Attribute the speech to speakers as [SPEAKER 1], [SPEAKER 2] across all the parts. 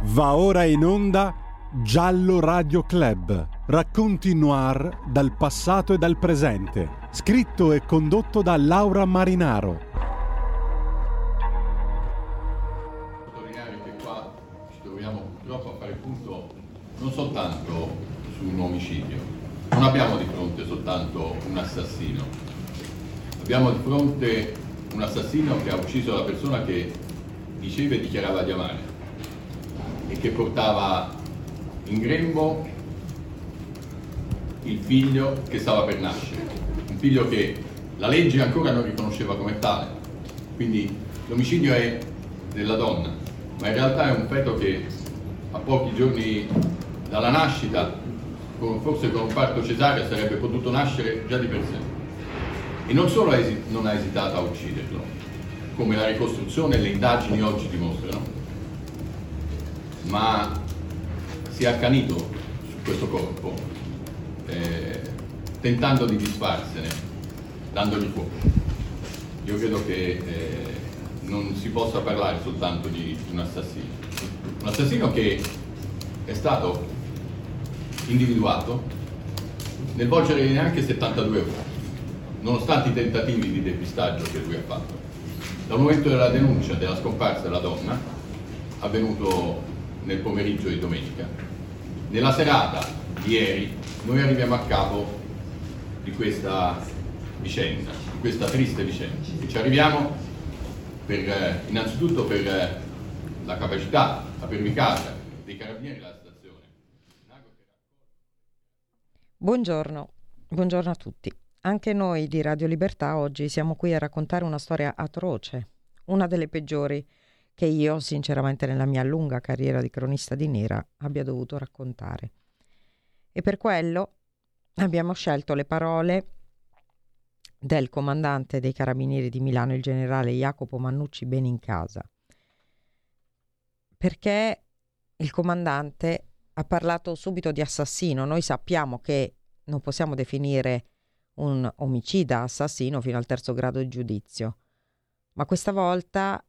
[SPEAKER 1] Va ora in onda Giallo Radio Club, racconti noir dal passato e dal presente, scritto e condotto da Laura Marinaro.
[SPEAKER 2] Sottolineare che qua ci troviamo purtroppo a fare punto non soltanto su un omicidio, non abbiamo di fronte soltanto un assassino, abbiamo di fronte un assassino che ha ucciso la persona che diceva e dichiarava di amare e che portava in grembo il figlio che stava per nascere, un figlio che la legge ancora non riconosceva come tale. Quindi l'omicidio è della donna, ma in realtà è un feto che a pochi giorni dalla nascita, forse con un parto cesareo, sarebbe potuto nascere già di per sé. E non solo non ha esitato a ucciderlo, come la ricostruzione e le indagini oggi dimostrano, ma si è accanito su questo corpo, tentando di disfarsene, dandogli fuoco. Io credo che non si possa parlare soltanto di un assassino che è stato individuato nel volgere neanche 72 ore, nonostante i tentativi di depistaggio che lui ha fatto. Dal momento della denuncia della scomparsa della donna, avvenuto nel pomeriggio di domenica, nella serata di ieri noi arriviamo a capo di questa vicenda, di questa triste vicenda, e ci arriviamo innanzitutto per la capacità, la pervicacia dei carabinieri della stazione.
[SPEAKER 3] Buongiorno a tutti. Anche noi di Radio Libertà oggi siamo qui a raccontare una storia atroce, una delle peggiori che io, sinceramente, nella mia lunga carriera di cronista di nera abbia dovuto raccontare. E per quello abbiamo scelto le parole del comandante dei Carabinieri di Milano, il generale Jacopo Mannucci Benincasa, perché il comandante ha parlato subito di assassino. Noi sappiamo che non possiamo definire un omicida assassino fino al 3° grado di giudizio, ma questa volta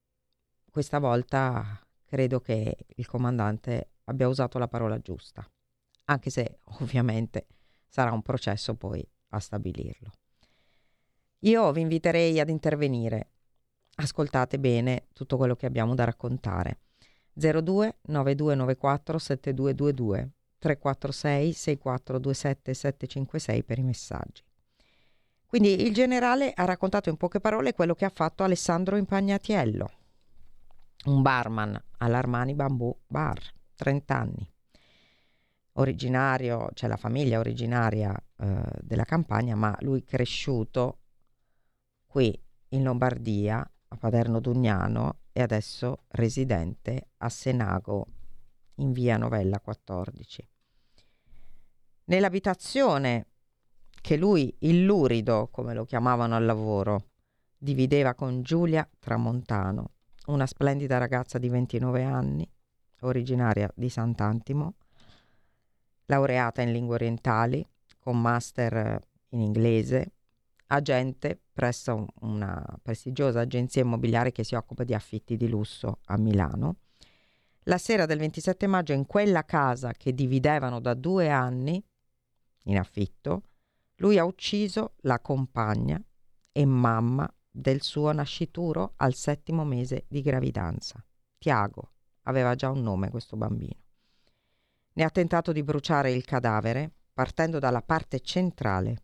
[SPEAKER 3] credo che il comandante abbia usato la parola giusta, anche se ovviamente sarà un processo poi a stabilirlo. Io vi inviterei ad intervenire. Ascoltate bene tutto quello che abbiamo da raccontare. 02 9294 7222 346 6427 756 per i messaggi. Quindi il generale ha raccontato in poche parole quello che ha fatto Alessandro Impagnatiello, un barman all'Armani Bamboo Bar, 30 anni. Originario, c'è la famiglia originaria della Campania, ma lui cresciuto qui in Lombardia, a Paderno Dugnano, e adesso residente a Senago, in via Novella 14. Nell'abitazione che lui, il lurido, come lo chiamavano al lavoro, divideva con Giulia Tramontano, una splendida ragazza di 29 anni, originaria di Sant'Antimo, laureata in lingue orientali, con master in inglese, agente presso una prestigiosa agenzia immobiliare che si occupa di affitti di lusso a Milano. La sera del 27 maggio, in quella casa che dividevano da 2 anni in affitto, lui ha ucciso la compagna e mamma del suo nascituro al 7° mese di gravidanza. Tiago, aveva già un nome questo bambino. Ne ha tentato di bruciare il cadavere partendo dalla parte centrale,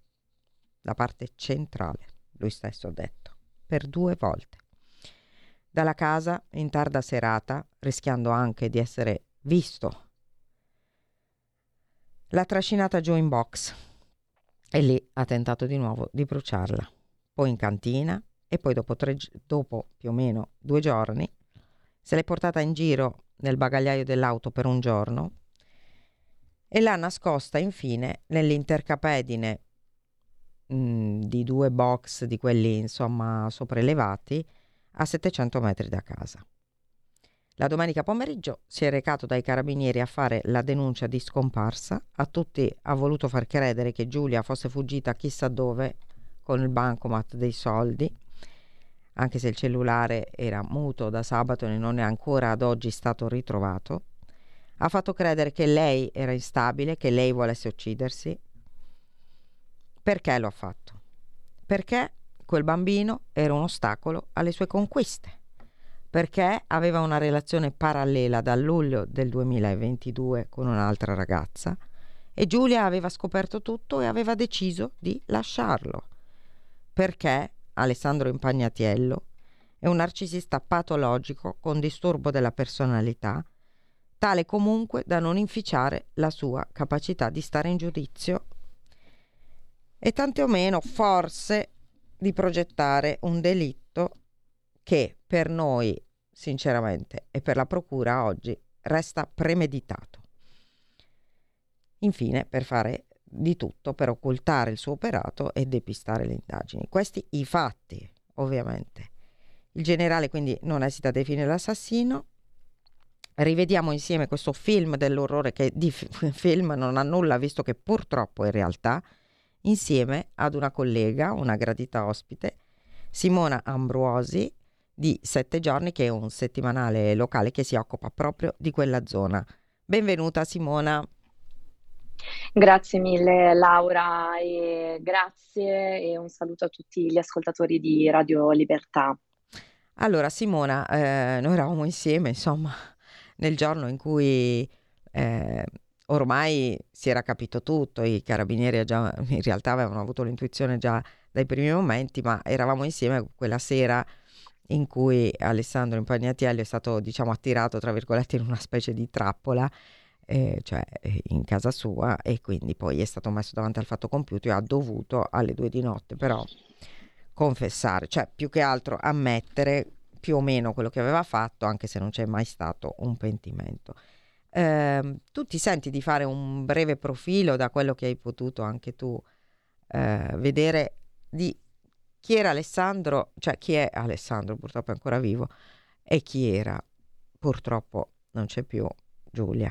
[SPEAKER 3] lui stesso ha detto, per 2 volte. Dalla casa in tarda serata, rischiando anche di essere visto. L'ha trascinata giù in box e lì ha tentato di nuovo di bruciarla. Poi in cantina e poi dopo più o meno 2 giorni se l'è portata in giro nel bagagliaio dell'auto per un giorno e l'ha nascosta infine nell'intercapedine di 2 box di quelli insomma sopraelevati a 700 metri da casa. La domenica pomeriggio si è recato dai carabinieri a fare la denuncia di scomparsa. A tutti ha voluto far credere che Giulia fosse fuggita chissà dove con il bancomat dei soldi. anche se il cellulare era muto da sabato e non è ancora ad oggi stato ritrovato. Ha fatto credere che lei era instabile, che lei volesse uccidersi. Perché lo ha fatto? Perché quel bambino era un ostacolo alle sue conquiste. Perché aveva una relazione parallela dal luglio del 2022 con un'altra ragazza e Giulia aveva scoperto tutto e aveva deciso di lasciarlo. Perché Alessandro Impagnatiello è un narcisista patologico con disturbo della personalità, tale comunque da non inficiare la sua capacità di stare in giudizio e tantomeno forse di progettare un delitto che per noi, sinceramente, e per la procura oggi resta premeditato. Infine, per fare di tutto per occultare il suo operato e depistare le indagini. Questi i fatti, ovviamente. Il generale quindi non esita a definire l'assassino. Rivediamo insieme questo film dell'orrore che di film non ha nulla, visto che purtroppo in realtà, insieme ad una collega, una gradita ospite, Simona Ambruosi, di 7 giorni, che è un settimanale locale che si occupa proprio di quella zona. Benvenuta Simona.
[SPEAKER 4] Grazie mille Laura e grazie e un saluto a tutti gli ascoltatori di Radio Libertà.
[SPEAKER 3] Allora Simona, noi eravamo insieme insomma nel giorno in cui ormai si era capito tutto, i carabinieri già in realtà avevano avuto l'intuizione già dai primi momenti, ma eravamo insieme quella sera in cui Alessandro Impagnatiello è stato diciamo attirato tra virgolette in una specie di trappola, cioè in casa sua, e quindi poi è stato messo davanti al fatto compiuto e ha dovuto alle 2 di notte però confessare, cioè più che altro ammettere più o meno quello che aveva fatto, anche se non c'è mai stato un pentimento. Tu ti senti di fare un breve profilo da quello che hai potuto anche tu vedere di chi era Alessandro, cioè chi è Alessandro, purtroppo è ancora vivo, e chi era, purtroppo non c'è più, Giulia.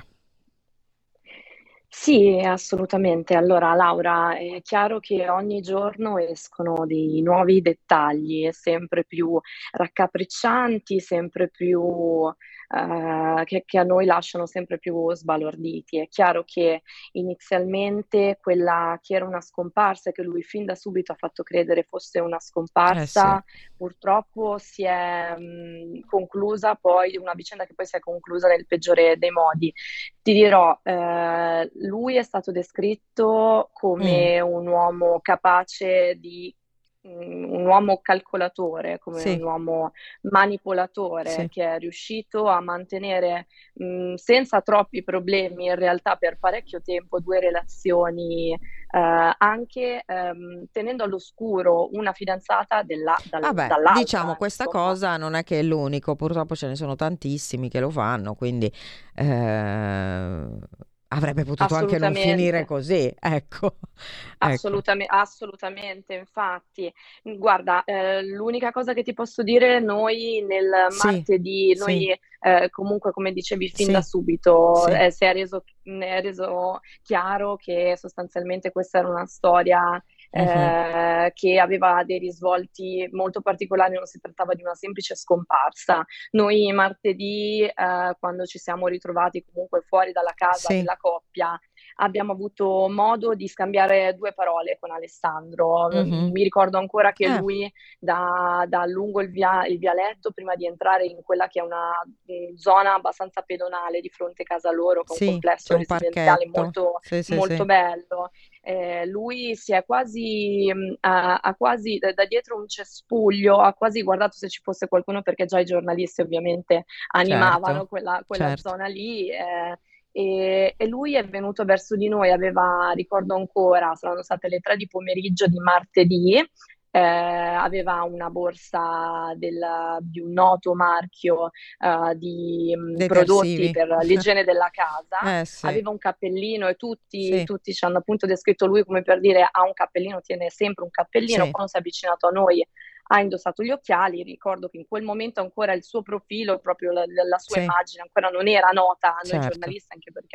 [SPEAKER 4] Sì, assolutamente. Allora, Laura, è chiaro che ogni giorno escono dei nuovi dettagli, sempre più raccapriccianti, sempre più che a noi lasciano sempre più sbalorditi. È chiaro che inizialmente quella che era una scomparsa, che lui fin da subito ha fatto credere fosse una
[SPEAKER 3] Sì.
[SPEAKER 4] scomparsa, purtroppo si è conclusa poi, una vicenda che poi si è conclusa nel peggiore dei modi. Ti dirò, lui è stato descritto come un uomo capace di, un uomo calcolatore, come un
[SPEAKER 3] Sì,
[SPEAKER 4] uomo manipolatore,
[SPEAKER 3] sì.
[SPEAKER 4] che è riuscito a mantenere senza troppi problemi in realtà per parecchio tempo 2 relazioni, anche tenendo all'oscuro una fidanzata
[SPEAKER 3] Vabbè,
[SPEAKER 4] dall'altra,
[SPEAKER 3] diciamo questa
[SPEAKER 4] insomma.
[SPEAKER 3] cosa non è che è l'unico, purtroppo ce ne sono tantissimi che lo fanno, quindi avrebbe potuto anche non finire
[SPEAKER 4] Assolutamente.
[SPEAKER 3] così, ecco. Ecco.
[SPEAKER 4] Assolutamente, infatti. Guarda, l'unica cosa che ti posso dire, noi nel
[SPEAKER 3] Sì,
[SPEAKER 4] martedì,
[SPEAKER 3] sì,
[SPEAKER 4] comunque come dicevi fin da
[SPEAKER 3] sì,
[SPEAKER 4] subito,
[SPEAKER 3] sì.
[SPEAKER 4] è reso chiaro che sostanzialmente questa era una storia
[SPEAKER 3] Mhm.
[SPEAKER 4] che aveva dei risvolti molto particolari, non si trattava di una semplice scomparsa. Noi martedì, quando ci siamo ritrovati comunque fuori dalla casa
[SPEAKER 3] Sì.
[SPEAKER 4] della coppia, abbiamo avuto modo di scambiare 2 parole con Alessandro.
[SPEAKER 3] Mhm.
[SPEAKER 4] Mi ricordo ancora che lui da lungo il vialetto, prima di entrare in quella che è una zona abbastanza pedonale di fronte a casa loro, con un
[SPEAKER 3] Sì,
[SPEAKER 4] complesso
[SPEAKER 3] c'è un
[SPEAKER 4] residenziale
[SPEAKER 3] parchetto.
[SPEAKER 4] molto,
[SPEAKER 3] Sì, sì,
[SPEAKER 4] molto
[SPEAKER 3] sì.
[SPEAKER 4] bello. Lui si è quasi, ha quasi da dietro un cespuglio, ha quasi guardato se ci fosse qualcuno, perché già i giornalisti ovviamente animavano
[SPEAKER 3] Certo,
[SPEAKER 4] quella
[SPEAKER 3] certo.
[SPEAKER 4] zona lì. E lui è venuto verso di noi, ricordo ancora, saranno state le 3 di pomeriggio di martedì, aveva una borsa di un noto marchio di prodotti
[SPEAKER 3] Detersivi.
[SPEAKER 4] per l'igiene della casa,
[SPEAKER 3] Sì,
[SPEAKER 4] aveva un cappellino e
[SPEAKER 3] sì,
[SPEAKER 4] tutti ci hanno appunto descritto lui come per dire ha un cappellino, tiene sempre un cappellino,
[SPEAKER 3] sì,
[SPEAKER 4] quando si è avvicinato a noi ha indossato gli occhiali. Ricordo che in quel momento ancora il suo profilo, proprio la sua
[SPEAKER 3] sì,
[SPEAKER 4] immagine ancora non era nota a noi
[SPEAKER 3] certo.
[SPEAKER 4] giornalisti, anche perché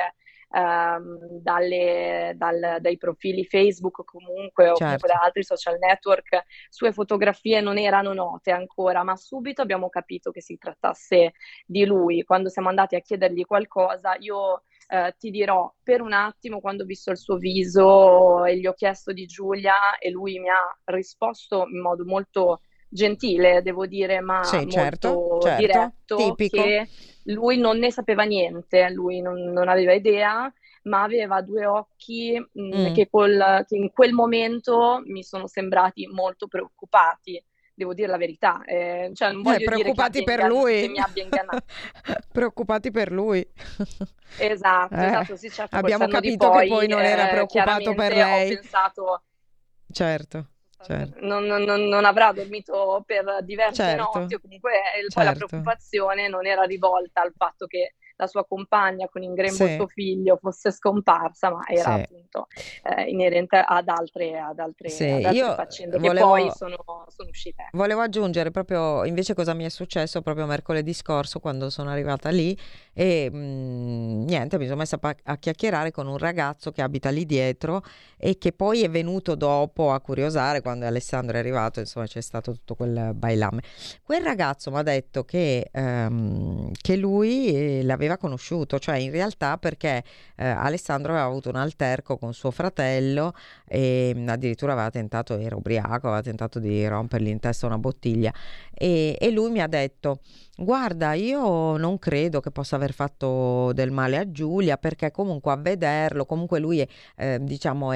[SPEAKER 4] dai profili Facebook comunque, o comunque
[SPEAKER 3] certo.
[SPEAKER 4] da altri social network, sue fotografie non erano note ancora, ma subito abbiamo capito che si trattasse di lui. Quando siamo andati a chiedergli qualcosa, io ti dirò, per un attimo, quando ho visto il suo viso e gli ho chiesto di Giulia, e lui mi ha risposto in modo molto gentile, devo dire, ma
[SPEAKER 3] Sì, certo,
[SPEAKER 4] molto
[SPEAKER 3] certo,
[SPEAKER 4] diretto,
[SPEAKER 3] tipico.
[SPEAKER 4] che lui non ne sapeva niente, lui non aveva idea, ma aveva due occhi
[SPEAKER 3] Mm.
[SPEAKER 4] che in quel momento mi sono sembrati molto preoccupati, devo dire la verità. Cioè, non voglio dire
[SPEAKER 3] Preoccupati per
[SPEAKER 4] che
[SPEAKER 3] lui.
[SPEAKER 4] mi abbia ingannato.
[SPEAKER 3] Preoccupati per lui.
[SPEAKER 4] Esatto, esatto, sì, certo, col
[SPEAKER 3] Abbiamo
[SPEAKER 4] senno di
[SPEAKER 3] capito che poi
[SPEAKER 4] poi,
[SPEAKER 3] non era preoccupato per
[SPEAKER 4] chiaramente ho
[SPEAKER 3] lei.
[SPEAKER 4] pensato,
[SPEAKER 3] Certo, certo,
[SPEAKER 4] non avrà dormito per diverse notti,
[SPEAKER 3] certo,
[SPEAKER 4] o comunque poi la
[SPEAKER 3] certo.
[SPEAKER 4] preoccupazione non era rivolta al fatto che la sua compagna con in grembo il
[SPEAKER 3] Sì,
[SPEAKER 4] suo figlio fosse scomparsa, ma era
[SPEAKER 3] sì,
[SPEAKER 4] appunto inerente
[SPEAKER 3] sì.
[SPEAKER 4] ad altre
[SPEAKER 3] Io
[SPEAKER 4] faccende che poi
[SPEAKER 3] volevo,
[SPEAKER 4] sono uscite. Ecco.
[SPEAKER 3] volevo aggiungere proprio invece cosa mi è successo proprio mercoledì scorso quando sono arrivata lì e niente, mi sono messa a chiacchierare con un ragazzo che abita lì dietro e che poi è venuto dopo a curiosare quando Alessandro è arrivato, insomma c'è stato tutto quel bailame. Quel ragazzo mi ha detto che lui l'aveva conosciuto, cioè in realtà perché Alessandro aveva avuto un alterco con suo fratello e addirittura aveva tentato, era ubriaco, aveva tentato di rompergli in testa una bottiglia e lui mi ha detto: guarda, io non credo che possa aver fatto del male a Giulia perché comunque a vederlo, comunque lui diciamo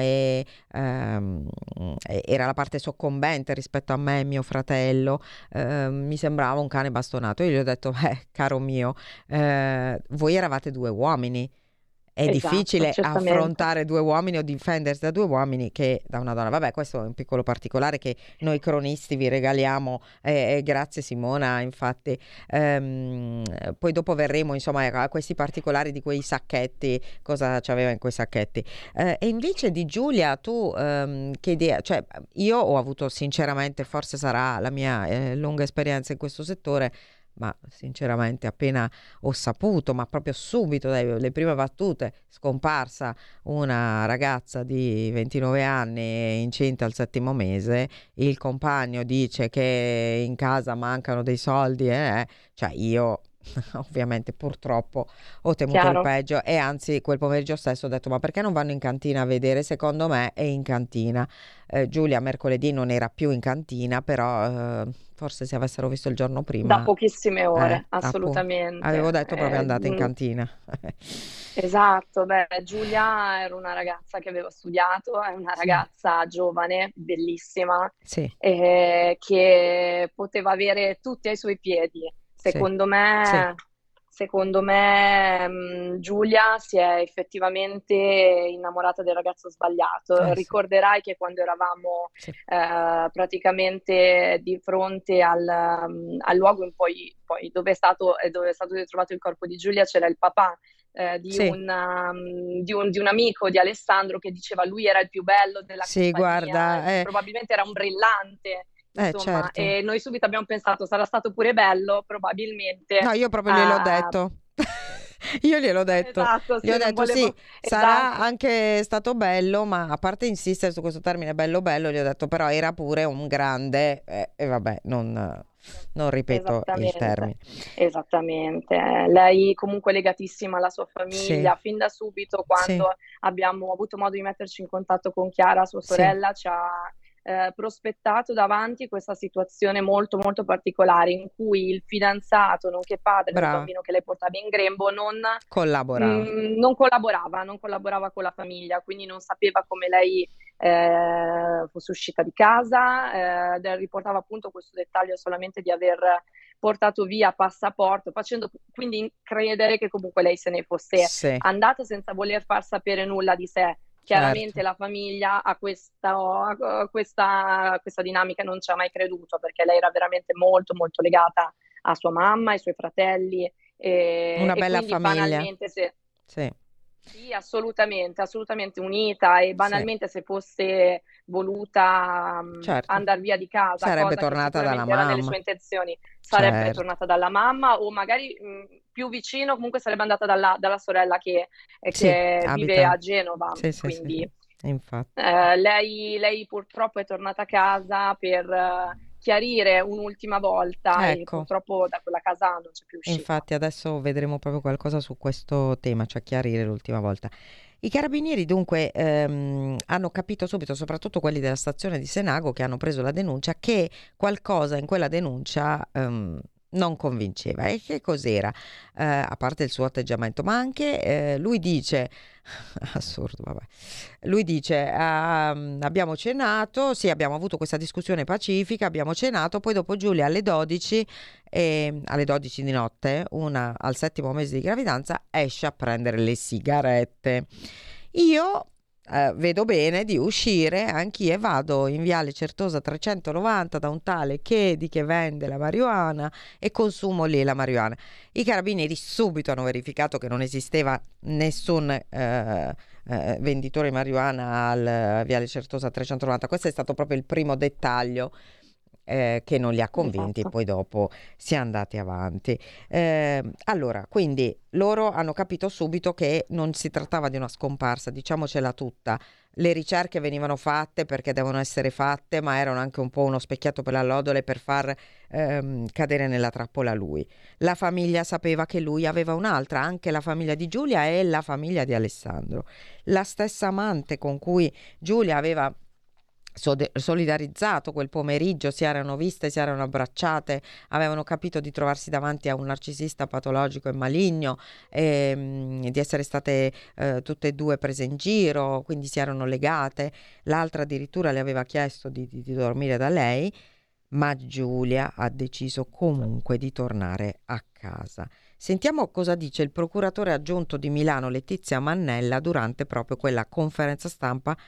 [SPEAKER 3] era la parte soccombente rispetto a me e mio fratello, mi sembrava un cane bastonato. Io gli ho detto, caro mio, voi eravate due uomini. È
[SPEAKER 4] Esatto,
[SPEAKER 3] difficile
[SPEAKER 4] certamente.
[SPEAKER 3] affrontare due uomini o difendersi da due uomini che da una donna. Vabbè, questo è un piccolo particolare che noi cronisti vi regaliamo. Grazie Simona, infatti. Poi dopo verremo insomma a questi particolari di quei sacchetti, cosa c'aveva in quei sacchetti. E invece di Giulia, tu che idea? Cioè, io ho avuto sinceramente, forse sarà la mia lunga esperienza in questo settore, ma sinceramente appena ho saputo, ma proprio subito dalle prime battute, scomparsa una ragazza di 29 anni incinta al 7° mese, il compagno dice che in casa mancano dei soldi, cioè io ovviamente purtroppo ho temuto il
[SPEAKER 4] Chiaro?
[SPEAKER 3] peggio e anzi quel pomeriggio stesso ho detto ma perché non vanno in cantina a vedere? Secondo me è in cantina. Giulia mercoledì non era più in cantina, però forse se avessero visto il giorno
[SPEAKER 4] Da
[SPEAKER 3] prima,
[SPEAKER 4] pochissime ore,
[SPEAKER 3] appunto, avevo
[SPEAKER 4] assolutamente.
[SPEAKER 3] detto proprio andate in cantina.
[SPEAKER 4] Esatto, beh, Giulia era una ragazza che aveva studiato, è una
[SPEAKER 3] Sì,
[SPEAKER 4] ragazza giovane, bellissima,
[SPEAKER 3] sì,
[SPEAKER 4] che poteva avere tutti ai suoi piedi.
[SPEAKER 3] sì, sì,
[SPEAKER 4] Secondo me, Giulia si è effettivamente innamorata del ragazzo sbagliato.
[SPEAKER 3] sì,
[SPEAKER 4] Ricorderai che quando eravamo
[SPEAKER 3] sì,
[SPEAKER 4] praticamente di fronte al luogo poi dove è stato ritrovato il corpo di Giulia, c'era il papà
[SPEAKER 3] sì,
[SPEAKER 4] di un amico di Alessandro che diceva lui era il più bello della
[SPEAKER 3] sì,
[SPEAKER 4] compagnia,
[SPEAKER 3] guarda,
[SPEAKER 4] probabilmente era un brillante, insomma,
[SPEAKER 3] certo.
[SPEAKER 4] e noi subito abbiamo pensato sarà stato pure bello,
[SPEAKER 3] No,
[SPEAKER 4] probabilmente.
[SPEAKER 3] io proprio gliel'ho
[SPEAKER 4] Ah,
[SPEAKER 3] detto. Io gliel'ho detto.
[SPEAKER 4] esatto,
[SPEAKER 3] Gli ho
[SPEAKER 4] sì, non
[SPEAKER 3] detto sì,
[SPEAKER 4] volevo,
[SPEAKER 3] sarà
[SPEAKER 4] esatto,
[SPEAKER 3] anche stato bello, ma a parte insistere su questo termine bello bello, gli ho detto però era pure un grande e vabbè, non ripeto il
[SPEAKER 4] esattamente,
[SPEAKER 3] termine.
[SPEAKER 4] esattamente. Lei comunque è legatissima alla sua
[SPEAKER 3] Sì,
[SPEAKER 4] famiglia, fin da subito
[SPEAKER 3] sì,
[SPEAKER 4] quando abbiamo avuto modo di metterci in contatto con Chiara, sua
[SPEAKER 3] sì,
[SPEAKER 4] sorella, ci ha prospettato davanti questa situazione molto molto particolare in cui il fidanzato, nonché padre del
[SPEAKER 3] brava,
[SPEAKER 4] bambino che lei portava in grembo,
[SPEAKER 3] collaborava.
[SPEAKER 4] non collaborava con la famiglia, quindi non sapeva come lei fosse uscita di casa, riportava appunto questo dettaglio solamente di aver portato via passaporto, facendo quindi credere che comunque lei se ne fosse
[SPEAKER 3] Sì,
[SPEAKER 4] andata senza voler far sapere nulla di sé. Chiaramente
[SPEAKER 3] certo,
[SPEAKER 4] la famiglia a questa dinamica non ci ha mai creduto perché lei era veramente molto molto legata a sua mamma, ai suoi fratelli
[SPEAKER 3] una
[SPEAKER 4] e
[SPEAKER 3] bella
[SPEAKER 4] quindi
[SPEAKER 3] famiglia.
[SPEAKER 4] banalmente se
[SPEAKER 3] Sì.
[SPEAKER 4] Sì, assolutamente, assolutamente unita e
[SPEAKER 3] Sì,
[SPEAKER 4] banalmente se fosse voluta
[SPEAKER 3] certo.
[SPEAKER 4] andare via di casa,
[SPEAKER 3] Sarebbe
[SPEAKER 4] cosa che
[SPEAKER 3] tornata dalla
[SPEAKER 4] sicuramente era nelle
[SPEAKER 3] mamma.
[SPEAKER 4] sue intenzioni, sarebbe
[SPEAKER 3] Certo.
[SPEAKER 4] tornata dalla mamma o magari più vicino comunque sarebbe andata dalla sorella
[SPEAKER 3] Sì,
[SPEAKER 4] che vive
[SPEAKER 3] abita.
[SPEAKER 4] a Genova.
[SPEAKER 3] Sì, sì, sì, sì.
[SPEAKER 4] Quindi
[SPEAKER 3] Infatti.
[SPEAKER 4] lei purtroppo è tornata a casa per chiarire un'ultima volta e
[SPEAKER 3] Ecco.
[SPEAKER 4] purtroppo da quella casa non c'è più uscita.
[SPEAKER 3] Infatti adesso vedremo proprio qualcosa su questo tema, cioè chiarire l'ultima volta. I carabinieri dunque hanno capito subito, soprattutto quelli della stazione di Senago che hanno preso la denuncia, che qualcosa in quella denuncia non convinceva. E che cos'era? A parte il suo atteggiamento, ma anche lui dice, assurdo, vabbè. Lui dice, abbiamo cenato, sì, abbiamo avuto questa discussione pacifica, abbiamo cenato, poi dopo Giulia alle 12 di notte, una al 7° mese di gravidanza, esce a prendere le sigarette. Io vedo bene di uscire anch'io e vado in Viale Certosa 390 da un tale Chedi che vende la marijuana e consumo lì la marijuana. I carabinieri subito hanno verificato che non esisteva nessun venditore di marijuana al Viale Certosa 390. Questo è stato proprio il primo dettaglio che non li ha convinti, e
[SPEAKER 4] Esatto.
[SPEAKER 3] poi dopo si è andati avanti. Allora, quindi loro hanno capito subito che non si trattava di una scomparsa, diciamocela tutta. Le ricerche venivano fatte perché devono essere fatte, ma erano anche un po' uno specchietto per l'allodole per far cadere nella trappola lui. La famiglia sapeva che lui aveva un'altra, anche la famiglia di Giulia e la famiglia di Alessandro. La stessa amante con cui Giulia aveva solidarizzato quel pomeriggio, si erano viste, si erano abbracciate, avevano capito di trovarsi davanti a un narcisista patologico e maligno, di essere state tutte e due prese in giro, quindi si erano legate. L'altra addirittura le aveva chiesto di dormire da lei, ma Giulia ha deciso comunque di tornare a casa. Sentiamo cosa dice il procuratore aggiunto di Milano Letizia Mannella durante proprio quella conferenza stampa,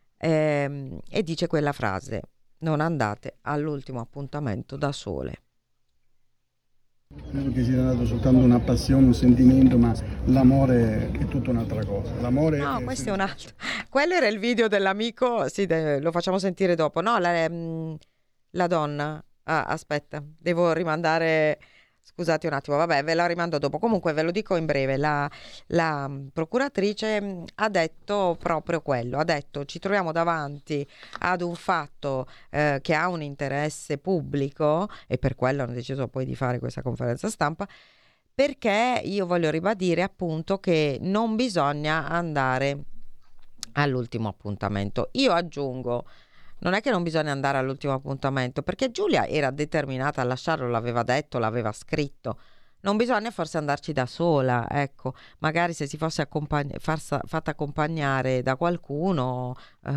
[SPEAKER 3] e dice quella frase: non andate all'ultimo appuntamento da sole.
[SPEAKER 5] Credo che sia dato soltanto una passione, un sentimento, ma l'amore è tutta un'altra cosa. L'amore
[SPEAKER 3] No,
[SPEAKER 5] è
[SPEAKER 3] questo è un altro. Quello era il video dell'amico, sì, lo facciamo sentire dopo. No, la donna. Ah, aspetta, devo rimandare. Scusate un attimo, vabbè, ve la rimando dopo. Comunque ve lo dico in breve. La procuratrice ha detto proprio quello. Ha detto: ci troviamo davanti ad un fatto che ha un interesse pubblico, e per quello hanno deciso poi di fare questa conferenza stampa, perché io voglio ribadire appunto che non bisogna andare all'ultimo appuntamento. Io aggiungo, non è che non bisogna andare all'ultimo appuntamento, perché Giulia era determinata a lasciarlo, l'aveva detto, l'aveva scritto. Non bisogna forse andarci da sola, ecco, magari se si fosse fatta accompagnare da qualcuno,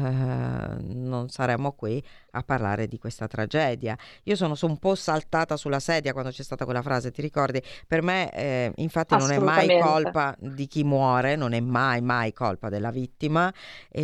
[SPEAKER 3] non saremmo qui a parlare di questa tragedia. Io sono un po' saltata sulla sedia quando c'è stata quella frase, ti ricordi? Per me, infatti, non è mai
[SPEAKER 4] Assolutamente.
[SPEAKER 3] colpa di chi muore, non è mai colpa della vittima,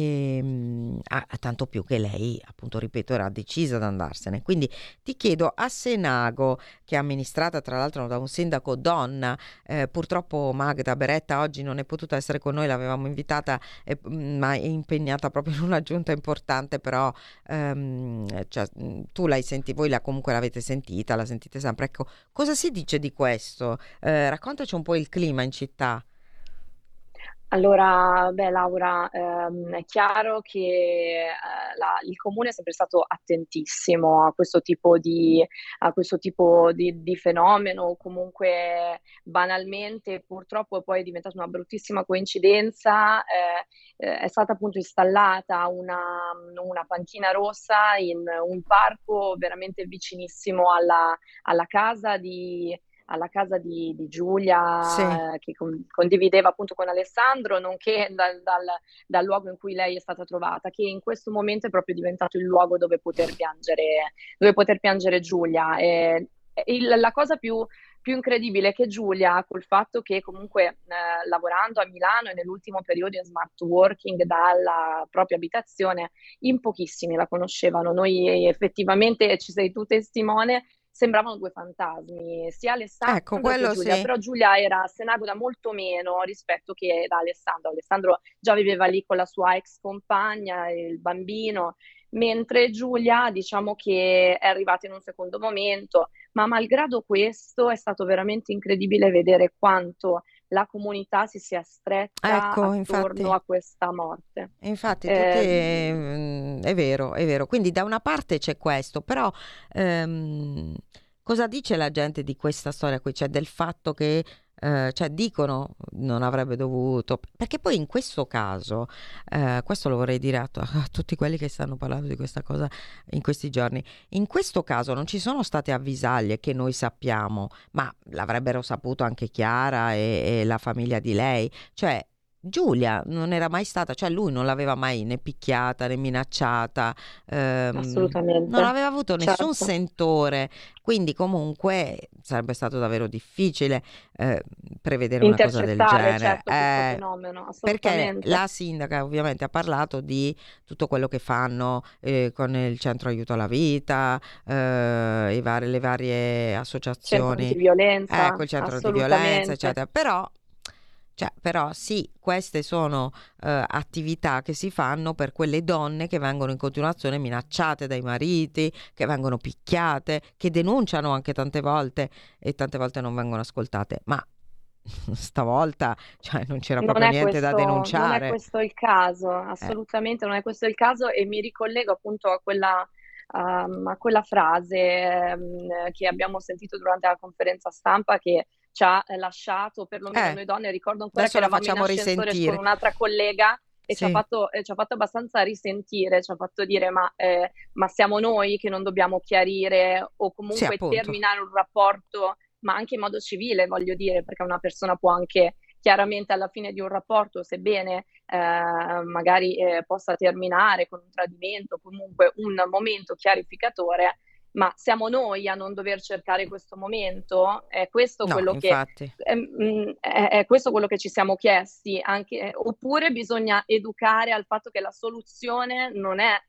[SPEAKER 3] tanto più che lei, appunto, ripeto, era decisa ad andarsene. Quindi ti chiedo, a Senago, che è amministrata tra l'altro da un sindaco donna, purtroppo Magda Beretta oggi non è potuta essere con noi, l'avevamo invitata, ma è impegnata proprio in una giunta importante, però cioè, tu l'hai sentita, voi comunque l'avete sentita, la sentite sempre. Ecco, cosa si dice di questo? Raccontaci un po' il clima in città.
[SPEAKER 4] Allora, beh, Laura, è chiaro che il comune è sempre stato attentissimo a questo tipo di fenomeno, o comunque banalmente, purtroppo poi è diventata una bruttissima coincidenza. È stata appunto installata una panchina rossa in un parco veramente vicinissimo alla casa di
[SPEAKER 3] Sì,
[SPEAKER 4] Giulia, che condivideva appunto con Alessandro, nonché dal luogo in cui lei è stata trovata, che in questo momento è proprio diventato il luogo dove poter piangere Giulia. La cosa più incredibile è che Giulia, col fatto che comunque lavorando a Milano e nell'ultimo periodo in smart working dalla propria abitazione, in pochissimi la conoscevano. Noi effettivamente, ci sei tu testimone, sembravano due fantasmi, sia Alessandro
[SPEAKER 3] Ecco,
[SPEAKER 4] che
[SPEAKER 3] quello
[SPEAKER 4] Giulia,
[SPEAKER 3] sì.
[SPEAKER 4] però Giulia era Senagoda molto meno rispetto che da Alessandro. Alessandro già viveva lì con la sua ex compagna, il bambino, mentre Giulia diciamo che è arrivata in un secondo momento, ma malgrado questo è stato veramente incredibile vedere quanto la comunità si sia stretta
[SPEAKER 3] Ecco,
[SPEAKER 4] attorno
[SPEAKER 3] infatti.
[SPEAKER 4] a questa morte.
[SPEAKER 3] Infatti, tutti,
[SPEAKER 4] Eh,
[SPEAKER 3] è vero, è vero. Quindi da una parte c'è questo, però ehm, cosa dice la gente di questa storia qui? Cioè del fatto che, cioè dicono non avrebbe dovuto, perché poi in questo caso, questo lo vorrei dire a tutti quelli che stanno parlando di questa cosa in questi giorni, in questo caso non ci sono state avvisaglie che noi sappiamo, ma l'avrebbero saputo anche Chiara e la famiglia di lei, cioè Giulia non era mai stata, cioè lui non l'aveva mai né picchiata né minacciata, non
[SPEAKER 4] Assolutamente,
[SPEAKER 3] aveva avuto nessun
[SPEAKER 4] certo.
[SPEAKER 3] sentore, quindi comunque sarebbe stato davvero difficile eh, prevedere una cosa del
[SPEAKER 4] Intercettare,
[SPEAKER 3] genere.
[SPEAKER 4] certo, questo fenomeno,
[SPEAKER 3] Perché
[SPEAKER 4] assolutamente.
[SPEAKER 3] la sindaca ovviamente ha parlato di tutto quello che fanno con il centro aiuto alla vita, le varie
[SPEAKER 4] Centro
[SPEAKER 3] associazioni,
[SPEAKER 4] antiviolenza,
[SPEAKER 3] ecco il centro antiviolenza,
[SPEAKER 4] assolutamente.
[SPEAKER 3] eccetera. Però sì, queste sono attività che si fanno per quelle donne che vengono in continuazione minacciate dai mariti, che vengono picchiate, che denunciano anche tante volte e tante volte non vengono ascoltate. Ma stavolta, cioè, non c'era proprio niente da
[SPEAKER 4] Non è
[SPEAKER 3] denunciare.
[SPEAKER 4] questo il caso,
[SPEAKER 3] Eh,
[SPEAKER 4] assolutamente non è questo il caso e mi ricollego appunto a quella frase che abbiamo sentito durante la conferenza stampa che ci ha lasciato, perlomeno
[SPEAKER 3] eh,
[SPEAKER 4] noi donne, ricordo ancora che
[SPEAKER 3] adesso la
[SPEAKER 4] eravamo in
[SPEAKER 3] facciamo
[SPEAKER 4] ascensore con
[SPEAKER 3] risentire.
[SPEAKER 4] un'altra collega e
[SPEAKER 3] Sì,
[SPEAKER 4] ci ha fatto abbastanza risentire, ci ha fatto dire ma siamo noi che non dobbiamo chiarire o
[SPEAKER 3] sì,
[SPEAKER 4] comunque
[SPEAKER 3] appunto.
[SPEAKER 4] terminare un rapporto, ma anche in modo civile, voglio dire, perché una persona può anche chiaramente alla fine di un rapporto, sebbene magari possa terminare con un tradimento, comunque un momento chiarificatore, ma siamo noi a non dover cercare questo momento? È questo
[SPEAKER 3] No,
[SPEAKER 4] quello che
[SPEAKER 3] infatti,
[SPEAKER 4] è questo quello che ci siamo chiesti, anche, oppure bisogna educare al fatto che la soluzione non è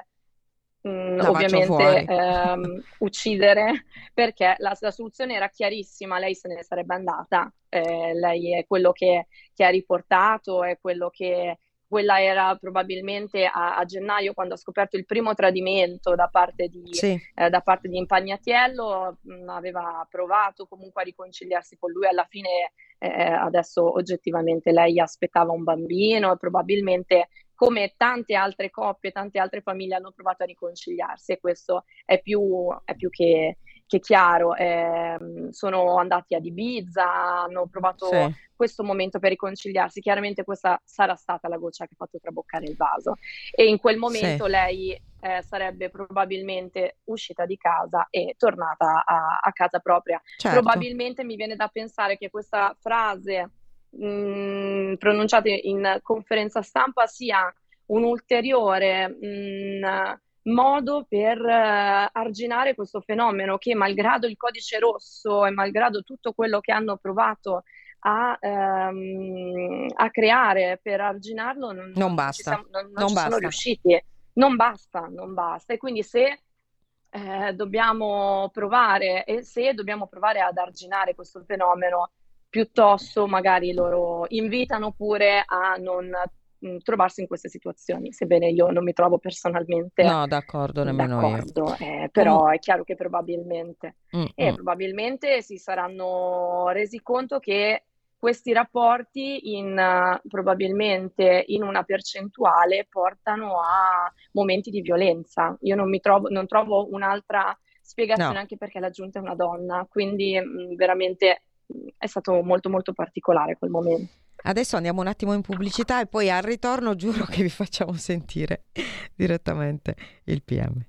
[SPEAKER 3] la faccio
[SPEAKER 4] ovviamente
[SPEAKER 3] fuori.
[SPEAKER 4] uccidere, perché la soluzione era chiarissima, lei se ne sarebbe andata, lei è quello che ha riportato, è quello che quella era probabilmente a gennaio quando ha scoperto il primo tradimento
[SPEAKER 3] Sì,
[SPEAKER 4] da parte di Impagnatiello, aveva provato comunque a riconciliarsi con lui, alla fine adesso oggettivamente lei aspettava un bambino e probabilmente come tante altre coppie, tante altre famiglie hanno provato a riconciliarsi e questo è più che chiaro. Sono andati ad Ibiza, hanno provato
[SPEAKER 3] sì,
[SPEAKER 4] questo momento per riconciliarsi. Chiaramente questa sarà stata la goccia che ha fatto traboccare il vaso e in quel
[SPEAKER 3] sì,
[SPEAKER 4] momento lei sarebbe probabilmente uscita di casa e tornata a casa propria.
[SPEAKER 3] certo.
[SPEAKER 4] Probabilmente mi viene da pensare che questa frase pronunciate in conferenza stampa sia un ulteriore modo per arginare questo fenomeno che malgrado il codice rosso e malgrado tutto quello che hanno provato a creare per arginarlo
[SPEAKER 3] Non basta,
[SPEAKER 4] non
[SPEAKER 3] non
[SPEAKER 4] ci sono
[SPEAKER 3] basta.
[SPEAKER 4] riusciti. Non basta, non basta. E quindi se dobbiamo provare e se dobbiamo provare ad arginare questo fenomeno, piuttosto magari loro invitano pure a non trovarsi in queste situazioni, sebbene io non mi trovo personalmente
[SPEAKER 3] No, d'accordo, nemmeno io.
[SPEAKER 4] d'accordo,
[SPEAKER 3] Comu-
[SPEAKER 4] però è chiaro che
[SPEAKER 3] Mm, mm.
[SPEAKER 4] probabilmente si saranno resi conto che questi rapporti probabilmente in una percentuale portano a momenti di violenza. Io non trovo un'altra
[SPEAKER 3] No,
[SPEAKER 4] spiegazione anche perché la giunta è una donna, quindi veramente è stato molto molto particolare quel momento.
[SPEAKER 3] adesso andiamo un attimo in pubblicità e poi al ritorno giuro che vi facciamo sentire direttamente il PM.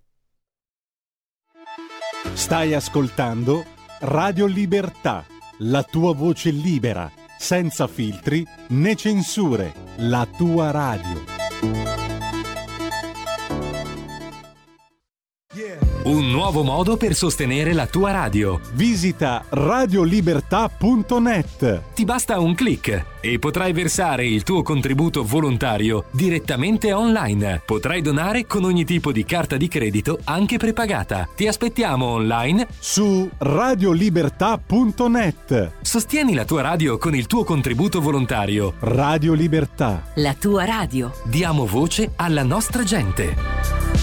[SPEAKER 1] Stai ascoltando Radio Libertà, la tua voce libera, senza filtri né censure, la tua radio.
[SPEAKER 6] Yeah. Un nuovo modo per sostenere la tua radio.
[SPEAKER 1] Visita radiolibertà.net.
[SPEAKER 6] Ti basta un click e potrai versare il tuo contributo volontario direttamente online. Potrai donare con ogni tipo di carta di credito, anche prepagata. Ti aspettiamo online
[SPEAKER 1] su radiolibertà.net.
[SPEAKER 6] Sostieni la tua radio con il tuo contributo volontario.
[SPEAKER 1] Radio Libertà.
[SPEAKER 7] La tua radio.
[SPEAKER 6] Diamo voce alla nostra gente.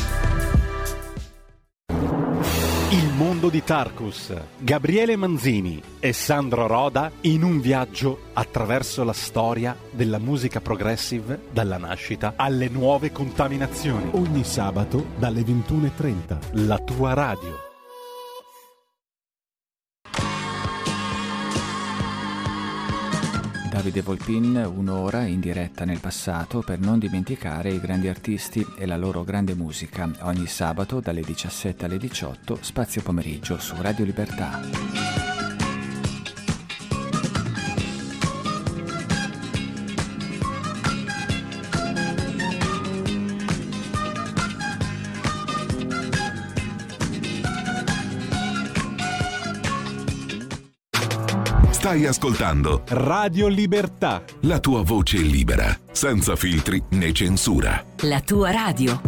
[SPEAKER 1] Il mondo di Tarkus, Gabriele Manzini e Sandro Roda in un viaggio attraverso la storia della musica progressive dalla nascita alle nuove contaminazioni. Ogni sabato dalle 21:30, la tua radio.
[SPEAKER 8] Davide Volpin, un'ora in diretta nel passato per non dimenticare i grandi artisti e la loro grande musica. Ogni sabato dalle 17 alle 18, spazio pomeriggio su Radio Libertà.
[SPEAKER 9] Stai ascoltando
[SPEAKER 1] Radio Libertà.
[SPEAKER 9] La tua voce libera, senza filtri né censura.
[SPEAKER 7] La tua radio.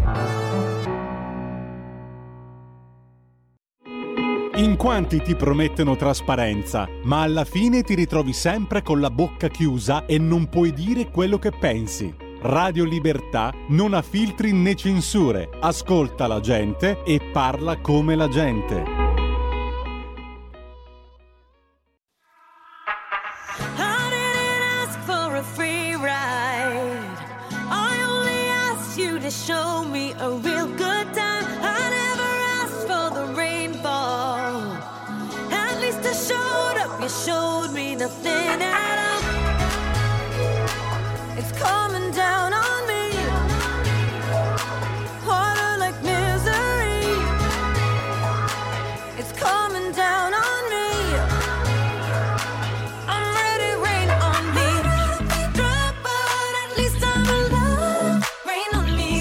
[SPEAKER 1] In quanti ti promettono trasparenza, ma alla fine ti ritrovi sempre con la bocca chiusa e non puoi dire quello che pensi. Radio Libertà non ha filtri né censure. Ascolta la gente e parla come la gente.
[SPEAKER 10] Show me a real good time. I never asked for the rainfall. At least I showed up. You showed me nothing at all. It's coming down on me. Harder like misery. It's coming down on me. I'm ready, rain on me. Drop, but at least I'm alive. Rain on me.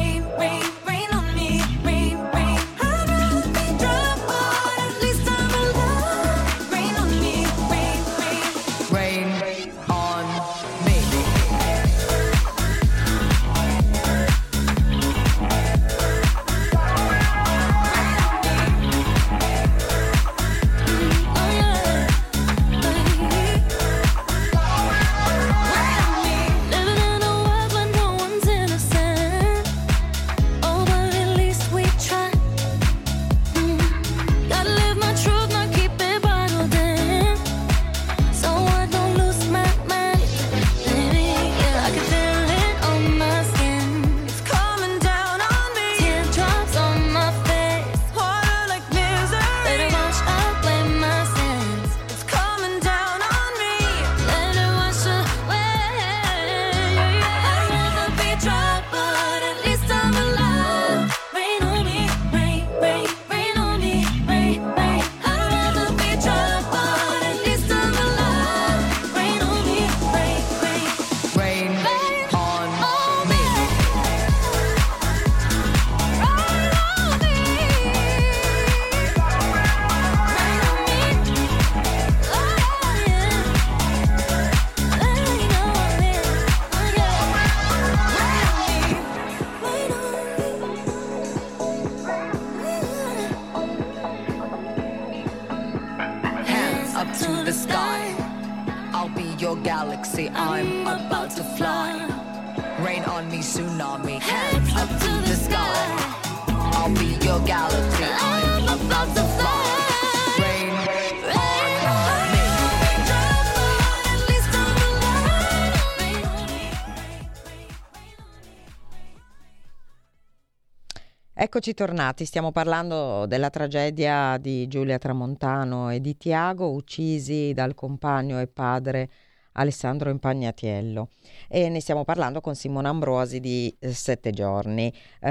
[SPEAKER 3] Eccoci tornati, stiamo parlando della tragedia di Giulia Tramontano e di Tiago, uccisi dal compagno e padre Alessandro Impagnatiello, e ne stiamo parlando con Simona Ambrosi di 7 giorni.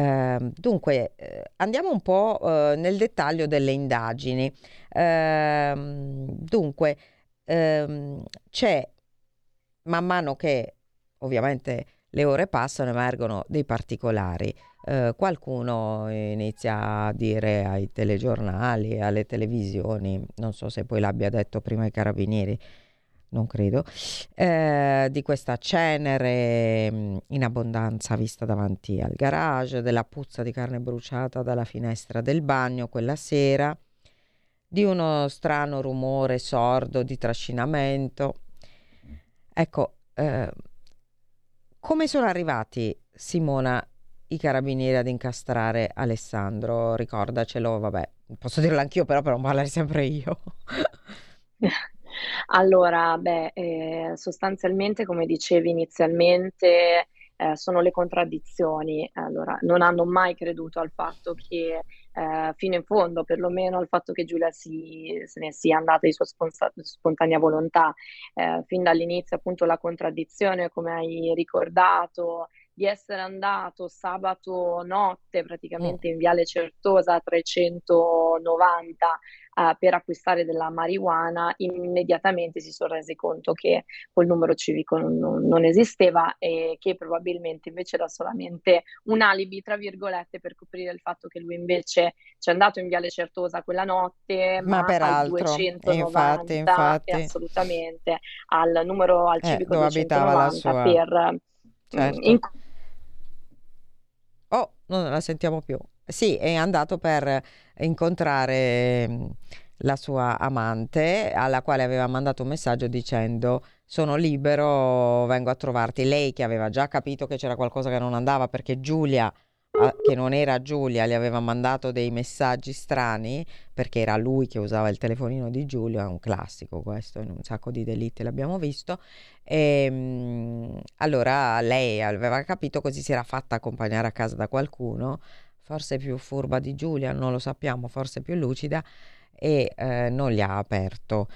[SPEAKER 3] Dunque andiamo un po' nel dettaglio delle indagini. C'è, man mano che ovviamente le ore passano, emergono dei particolari. Qualcuno inizia a dire ai telegiornali, alle televisioni, non so se poi l'abbia detto prima ai carabinieri, non credo, di questa cenere in abbondanza vista davanti al garage, della puzza di carne bruciata dalla finestra del bagno quella sera, di uno strano rumore sordo di trascinamento. Ecco, come sono arrivati, Simona, i carabinieri ad incastrare Alessandro? Ricordacelo, vabbè, posso dirlo anch'io, però per non parlare sempre io.
[SPEAKER 4] Allora, sostanzialmente, come dicevi inizialmente, sono le contraddizioni. Allora, non hanno mai creduto al fatto che, fino in fondo, perlomeno al fatto che Giulia se ne sia andata di sua spontanea volontà. Fin dall'inizio, appunto, la contraddizione, come hai ricordato, di essere andato sabato notte praticamente in Viale Certosa 390 per acquistare della marijuana. Immediatamente si sono resi conto che quel numero civico non esisteva e che probabilmente invece era solamente un alibi, tra virgolette, per coprire il fatto che lui invece c'è andato in Viale Certosa quella notte, ma al
[SPEAKER 3] peraltro,
[SPEAKER 4] 290,
[SPEAKER 3] infatti.
[SPEAKER 4] assolutamente, al numero, al civico
[SPEAKER 3] dove abitava la
[SPEAKER 4] 290
[SPEAKER 3] sua...
[SPEAKER 4] per...
[SPEAKER 3] Certo. Non la sentiamo più. Sì, è andato per incontrare la sua amante, alla quale aveva mandato un messaggio dicendo: sono libero, vengo a trovarti. Lei, che aveva già capito che c'era qualcosa che non andava, perché Giulia, che non era Giulia, gli aveva mandato dei messaggi strani, perché era lui che usava il telefonino di Giulio. È un classico questo, in un sacco di delitti l'abbiamo visto. Allora lei aveva capito, così si era fatta accompagnare a casa da qualcuno, forse più furba di Giulia, non lo sappiamo, forse più lucida, e non gli ha aperto.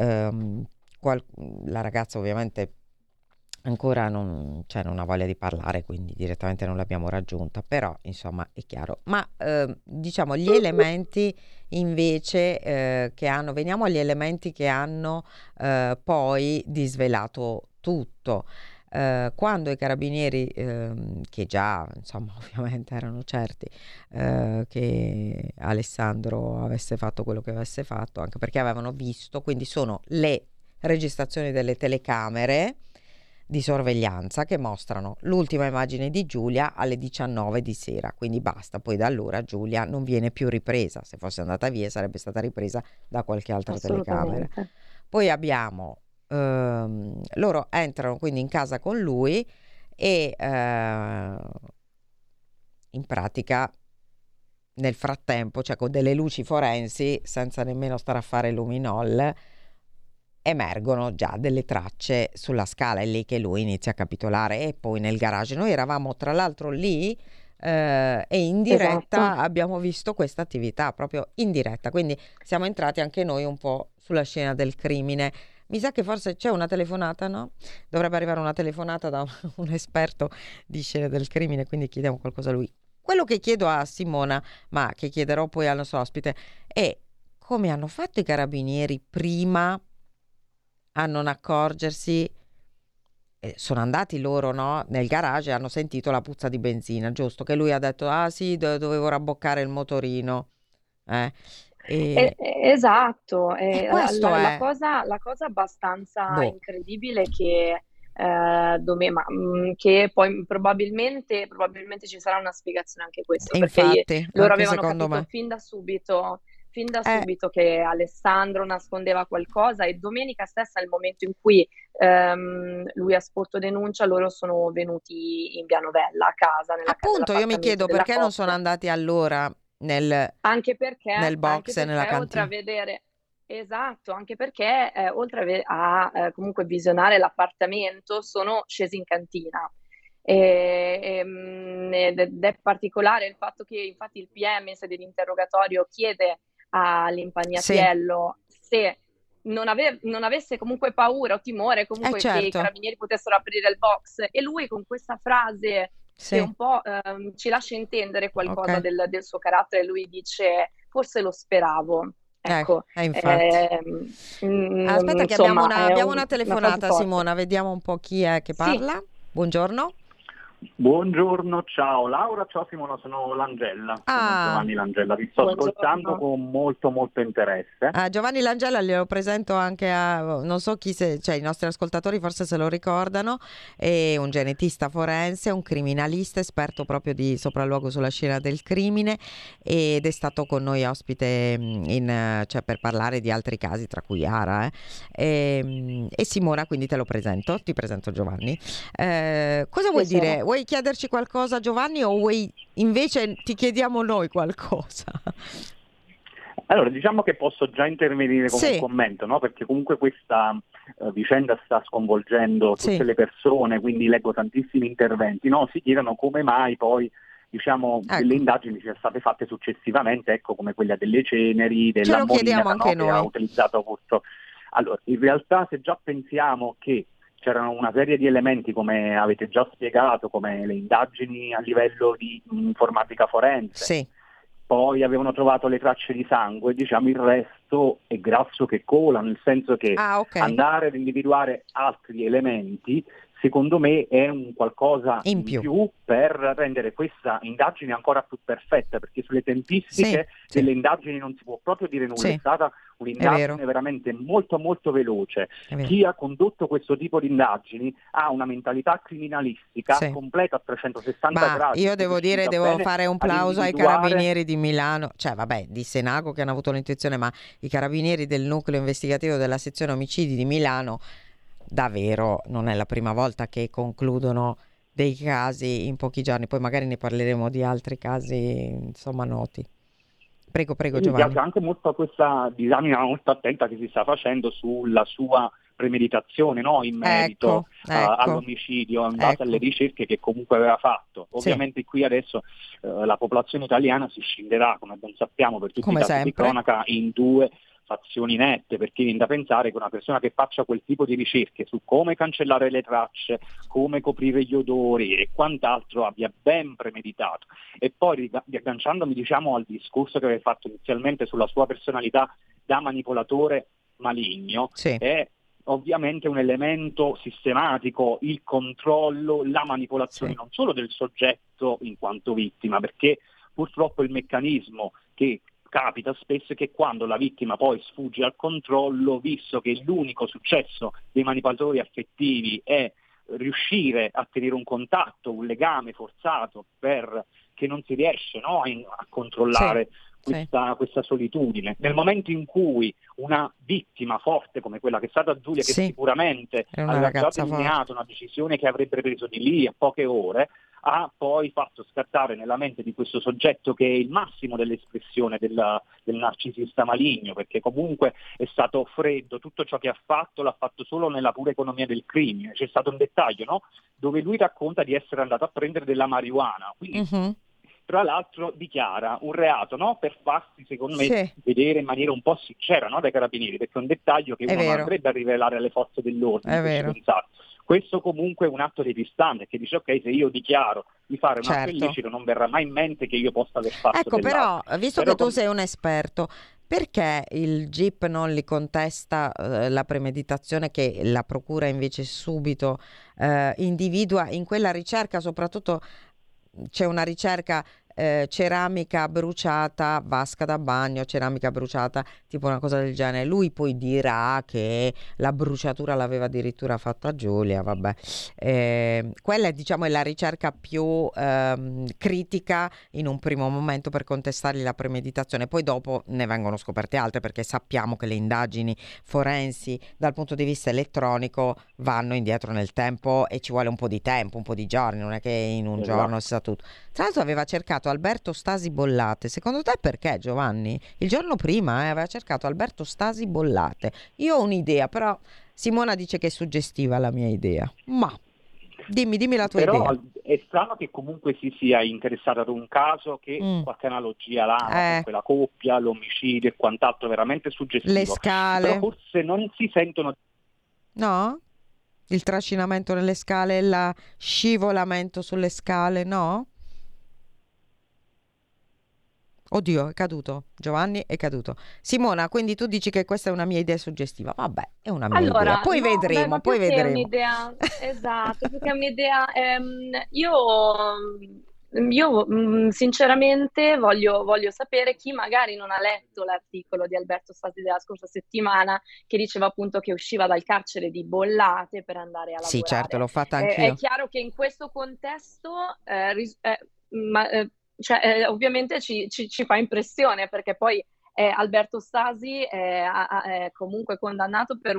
[SPEAKER 3] La ragazza ovviamente ancora non ha voglia di parlare, quindi direttamente non l'abbiamo raggiunta, però insomma è chiaro. Ma diciamo gli elementi invece che hanno, veniamo agli elementi che hanno poi disvelato tutto. Quando i carabinieri, che già insomma ovviamente erano certi che Alessandro avesse fatto quello che avesse fatto, anche perché avevano visto, quindi sono le registrazioni delle telecamere di sorveglianza che mostrano l'ultima immagine di Giulia alle 19 di sera, quindi basta. Poi da allora Giulia non viene più ripresa. Se fosse andata via sarebbe stata ripresa da qualche altra telecamera. Poi abbiamo loro entrano quindi in casa con lui e in pratica nel frattempo, cioè con delle luci forensi, senza nemmeno stare a fare luminol, emergono già delle tracce sulla scala. È lì che lui inizia a capitolare. E poi nel garage noi eravamo tra l'altro lì e in diretta abbiamo visto questa attività proprio in diretta, quindi siamo entrati anche noi un po' sulla scena del crimine. Mi sa che forse c'è una telefonata, no? Dovrebbe arrivare una telefonata da un esperto di scene del crimine, quindi chiediamo qualcosa a lui. Quello che chiedo a Simona, ma che chiederò poi al nostro ospite, è come hanno fatto i carabinieri prima a non accorgersi. Sono andati loro, no, nel garage e hanno sentito la puzza di benzina, giusto? Che lui ha detto: ah sì, dovevo rabboccare il motorino.
[SPEAKER 4] Esatto,
[SPEAKER 3] questo
[SPEAKER 4] la cosa abbastanza incredibile che che poi probabilmente ci sarà una spiegazione anche questo, perché
[SPEAKER 3] infatti,
[SPEAKER 4] loro
[SPEAKER 3] anche
[SPEAKER 4] avevano capito
[SPEAKER 3] me.
[SPEAKER 4] fin da subito che Alessandro nascondeva qualcosa, e domenica stessa, nel momento in cui lui ha sporto denuncia, loro sono venuti in via Novella a casa.
[SPEAKER 3] Appunto, io mi chiedo perché non sono andati allora nel box e nella cantina.
[SPEAKER 4] Oltre a vedere, esatto, anche perché oltre a comunque visionare l'appartamento, sono scesi in cantina. Ed è particolare il fatto che infatti il PM in sede di interrogatorio chiede all'impagnaziello se non avesse comunque paura o timore comunque che i carabinieri potessero aprire il box, e lui con questa frase che un po' ci lascia intendere qualcosa del suo carattere, lui dice: forse lo speravo. Ecco,
[SPEAKER 3] aspetta che
[SPEAKER 4] insomma,
[SPEAKER 3] abbiamo una telefonata, Simona, vediamo un po' chi è che parla. Buongiorno.
[SPEAKER 11] Buongiorno, ciao Laura, ciao Simona, sono Langella, sono Giovanni Langella, vi sto ascoltando con molto interesse.
[SPEAKER 3] Giovanni Langella glielo presento anche a, non so chi, cioè i nostri ascoltatori forse se lo ricordano, è un genetista forense, un criminalista, esperto proprio di sopralluogo sulla scena del crimine, ed è stato con noi ospite cioè per parlare di altri casi, tra cui Ara. E Simona, quindi ti presento Giovanni. Cosa vuoi dire? Vuoi chiederci qualcosa, Giovanni, o vuoi invece ti chiediamo noi qualcosa?
[SPEAKER 11] Allora, diciamo che posso già intervenire con un commento, no? Perché comunque questa vicenda sta sconvolgendo tutte le persone, quindi leggo tantissimi interventi, no? Si chiedono come mai poi, diciamo, delle indagini siano state fatte successivamente, ecco, come quella delle ceneri, della Molina, no? Che ha utilizzato questo. Allora, in realtà se già pensiamo che c'erano una serie di elementi, come avete già spiegato, come le indagini a livello di informatica forense, poi avevano trovato le tracce di sangue, diciamo il resto è grasso che cola, nel senso che andare ad individuare altri elementi secondo me è un qualcosa in più per rendere questa indagine ancora più perfetta, perché sulle tempistiche delle indagini non si può proprio dire nulla, è stata un'indagine veramente molto veloce. Chi ha condotto questo tipo di indagini ha una mentalità criminalistica completa a 360 gradi.
[SPEAKER 3] Io devo dire, devo fare un plauso ai carabinieri di Milano, cioè vabbè, di Senago che hanno avuto l'intuizione, ma i carabinieri del nucleo investigativo della sezione omicidi di Milano davvero non è la prima volta che concludono dei casi in pochi giorni, poi magari ne parleremo di altri casi insomma noti. Prego Giovanni.
[SPEAKER 11] Mi piace anche molto questa disamina molto attenta che si sta facendo sulla sua premeditazione, no? In merito all'omicidio, in base alle ricerche che comunque aveva fatto. Ovviamente qui adesso la popolazione italiana si scinderà, come ben sappiamo, per tutti i casi di cronaca, in due fazioni nette, perché viene da pensare che una persona che faccia quel tipo di ricerche su come cancellare le tracce, come coprire gli odori e quant'altro abbia ben premeditato. E poi riagganciandomi diciamo al discorso che avevi fatto inizialmente sulla sua personalità da manipolatore maligno, è ovviamente un elemento sistematico il controllo, la manipolazione non solo del soggetto in quanto vittima, perché purtroppo il meccanismo che capita spesso che quando la vittima poi sfugge al controllo, visto che l'unico successo dei manipolatori affettivi è riuscire a tenere un contatto, un legame forzato, che non si riesce a controllare questa solitudine. Nel momento in cui una vittima forte come quella che è stata Giulia, che sicuramente aveva già delineato una decisione che avrebbe preso di lì a poche ore, ha poi fatto scattare nella mente di questo soggetto, che è il massimo dell'espressione del narcisista maligno, perché comunque è stato freddo, tutto ciò che ha fatto l'ha fatto solo nella pura economia del crimine. C'è stato un dettaglio, dove lui racconta di essere andato a prendere della marijuana, quindi tra l'altro dichiara un reato, per farsi, secondo me, vedere in maniera un po' sincera, dai carabinieri, perché è un dettaglio che uno non andrebbe a rivelare alle forze dell'ordine. Questo comunque è un atto depistante, che dice ok, se io dichiaro di fare un atto illecito non verrà mai in mente che io possa aver fatto
[SPEAKER 3] però, visto che tu sei un esperto, perché il GIP non li contesta la premeditazione che la procura invece subito individua in quella ricerca? Soprattutto c'è una ricerca ceramica bruciata, vasca da bagno, ceramica bruciata, tipo una cosa del genere. Lui poi dirà che la bruciatura l'aveva addirittura fatta Giulia, vabbè. Quella diciamo è la ricerca più critica in un primo momento per contestargli la premeditazione, poi dopo ne vengono scoperte altre, perché sappiamo che le indagini forensi dal punto di vista elettronico vanno indietro nel tempo e ci vuole un po' di tempo, un po' di giorni, non è che in un giorno si sa tutto. Tra l'altro aveva cercato Alberto Stasi Bollate. Secondo te perché, Giovanni? Il giorno prima aveva cercato Alberto Stasi Bollate. Io ho un'idea, però Simona dice che è suggestiva la mia idea. Ma dimmi la tua idea.
[SPEAKER 11] Però è strano che comunque si sia interessata ad un caso che qualche analogia l'ha, con quella coppia, l'omicidio e quant'altro, veramente suggestivo.
[SPEAKER 3] Le scale.
[SPEAKER 11] Però forse non si sentono.
[SPEAKER 3] No? Il trascinamento nelle scale, il scivolamento sulle scale, no? Oddio, è caduto. Giovanni è caduto. Simona, quindi tu dici che questa è una mia idea suggestiva. Vabbè, è una mia idea. Poi
[SPEAKER 4] no,
[SPEAKER 3] vedremo,
[SPEAKER 4] ma
[SPEAKER 3] poi
[SPEAKER 4] più che
[SPEAKER 3] vedremo.
[SPEAKER 4] un'idea, esatto, più che un'idea, io sinceramente voglio sapere chi magari non ha letto l'articolo di Alberto Stasi della scorsa settimana che diceva appunto che usciva dal carcere di Bollate per andare a lavorare.
[SPEAKER 3] Sì, certo, l'ho fatta
[SPEAKER 4] È
[SPEAKER 3] anch'io.
[SPEAKER 4] chiaro che in questo contesto ovviamente ci fa impressione, perché poi Alberto Stasi è comunque condannato per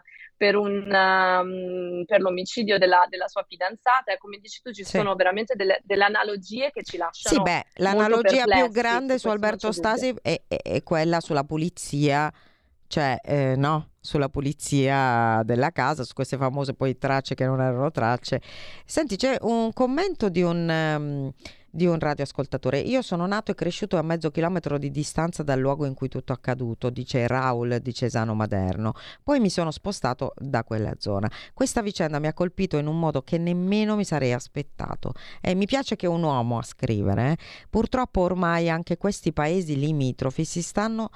[SPEAKER 4] l'omicidio della sua fidanzata, e come dici tu ci sono veramente delle analogie che ci lasciano
[SPEAKER 3] Sì, beh,
[SPEAKER 4] molto
[SPEAKER 3] l'analogia più
[SPEAKER 4] perplessi,
[SPEAKER 3] grande
[SPEAKER 4] su
[SPEAKER 3] su
[SPEAKER 4] questo non
[SPEAKER 3] Alberto
[SPEAKER 4] c'è dubbio.
[SPEAKER 3] Stasi è quella sulla pulizia, cioè no, sulla pulizia della casa, su queste famose poi tracce che non erano tracce. Senti, c'è un commento di un radioascoltatore. Io sono nato e cresciuto a mezzo chilometro di distanza dal luogo in cui tutto è accaduto, dice Raul di Cesano Maderno. Poi mi sono spostato da quella zona. Questa vicenda mi ha colpito in un modo che nemmeno mi sarei aspettato. Mi piace che un uomo a scrivere. Purtroppo ormai anche questi paesi limitrofi si stanno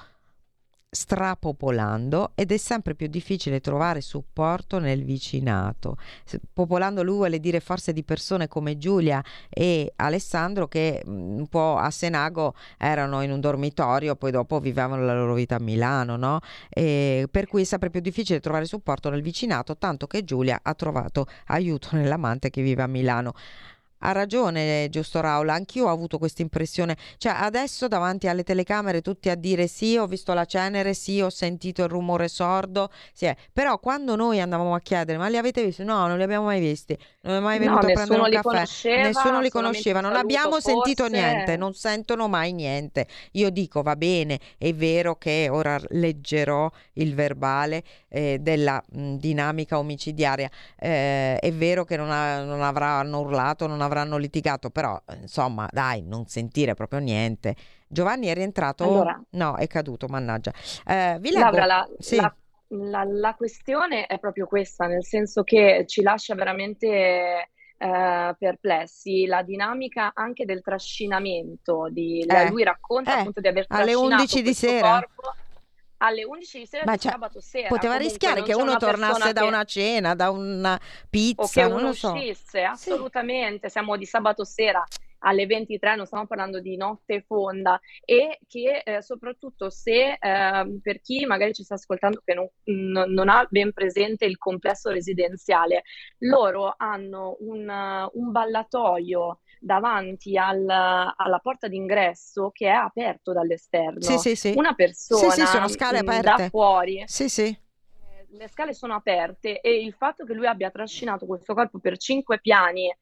[SPEAKER 3] strapopolando ed è sempre più difficile trovare supporto nel vicinato. Popolando lui vuole dire forse di persone come Giulia e Alessandro che un po' a Senago erano in un dormitorio, poi dopo vivevano la loro vita a Milano, no? Per cui è sempre più difficile trovare supporto nel vicinato, tanto che Giulia ha trovato aiuto nell'amante che vive a Milano. Ha ragione, giusto Raul, anch'io ho avuto questa impressione, cioè adesso davanti alle telecamere tutti a dire sì, ho visto la cenere, sì, ho sentito il rumore sordo, sì, però quando noi andavamo a chiedere ma li avete visti? No, non li abbiamo mai visti, non è mai venuto a prendere un caffè, nessuno li conosceva, non abbiamo sentito niente, non sentono mai niente. Io dico va bene, è vero che ora leggerò il verbale della dinamica omicidiaria, è vero che non avranno urlato, non avranno litigato, però insomma dai, non sentire proprio niente. Giovanni è rientrato?
[SPEAKER 4] Allora,
[SPEAKER 3] no, è caduto, mannaggia. Vi leggo.
[SPEAKER 4] Laura,
[SPEAKER 3] Sì.
[SPEAKER 4] la questione è proprio questa, nel senso che ci lascia veramente perplessi la dinamica anche del trascinamento. Lui racconta appunto di aver
[SPEAKER 3] alle
[SPEAKER 4] trascinato
[SPEAKER 3] 11 di
[SPEAKER 4] questo
[SPEAKER 3] sera.
[SPEAKER 4] corpo alle 11 di sera
[SPEAKER 3] Ma
[SPEAKER 4] di sabato sera.
[SPEAKER 3] Poteva
[SPEAKER 4] Comunque
[SPEAKER 3] rischiare
[SPEAKER 4] non
[SPEAKER 3] che
[SPEAKER 4] c'è
[SPEAKER 3] uno
[SPEAKER 4] una
[SPEAKER 3] tornasse
[SPEAKER 4] persona
[SPEAKER 3] da una cena, da una
[SPEAKER 4] o
[SPEAKER 3] pizza,
[SPEAKER 4] che
[SPEAKER 3] non
[SPEAKER 4] uno
[SPEAKER 3] lo so.
[SPEAKER 4] uscisse, assolutamente. Siamo di sabato sera alle 23, non stiamo parlando di notte fonda, e che soprattutto se per chi magari ci sta ascoltando che non ha ben presente il complesso residenziale, loro hanno un ballatoio davanti alla porta d'ingresso che è aperto dall'esterno.
[SPEAKER 3] Sì.
[SPEAKER 4] Una persona
[SPEAKER 3] Sì, sono scale aperte.
[SPEAKER 4] Da fuori.
[SPEAKER 3] Sì.
[SPEAKER 4] Le scale sono aperte, e il fatto che lui abbia trascinato questo corpo per 5 piani,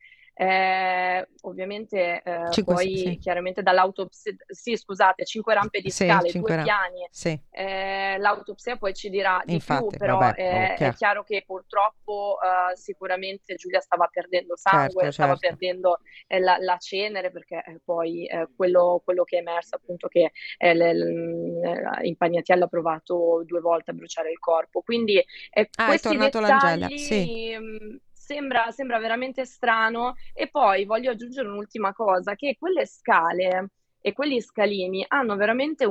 [SPEAKER 4] ovviamente poi chiaramente dall'autopsia, 5 rampe di scale, 2 piani, l'autopsia poi ci dirà di più, però è chiaro che purtroppo sicuramente Giulia stava perdendo sangue, stava perdendo la cenere, perché poi quello che è emerso appunto che Impagnatiello ha provato 2 volte a bruciare il corpo, quindi questi dettagli sembra veramente strano. E poi voglio aggiungere un'ultima cosa, che quelle scale e quegli scalini hanno veramente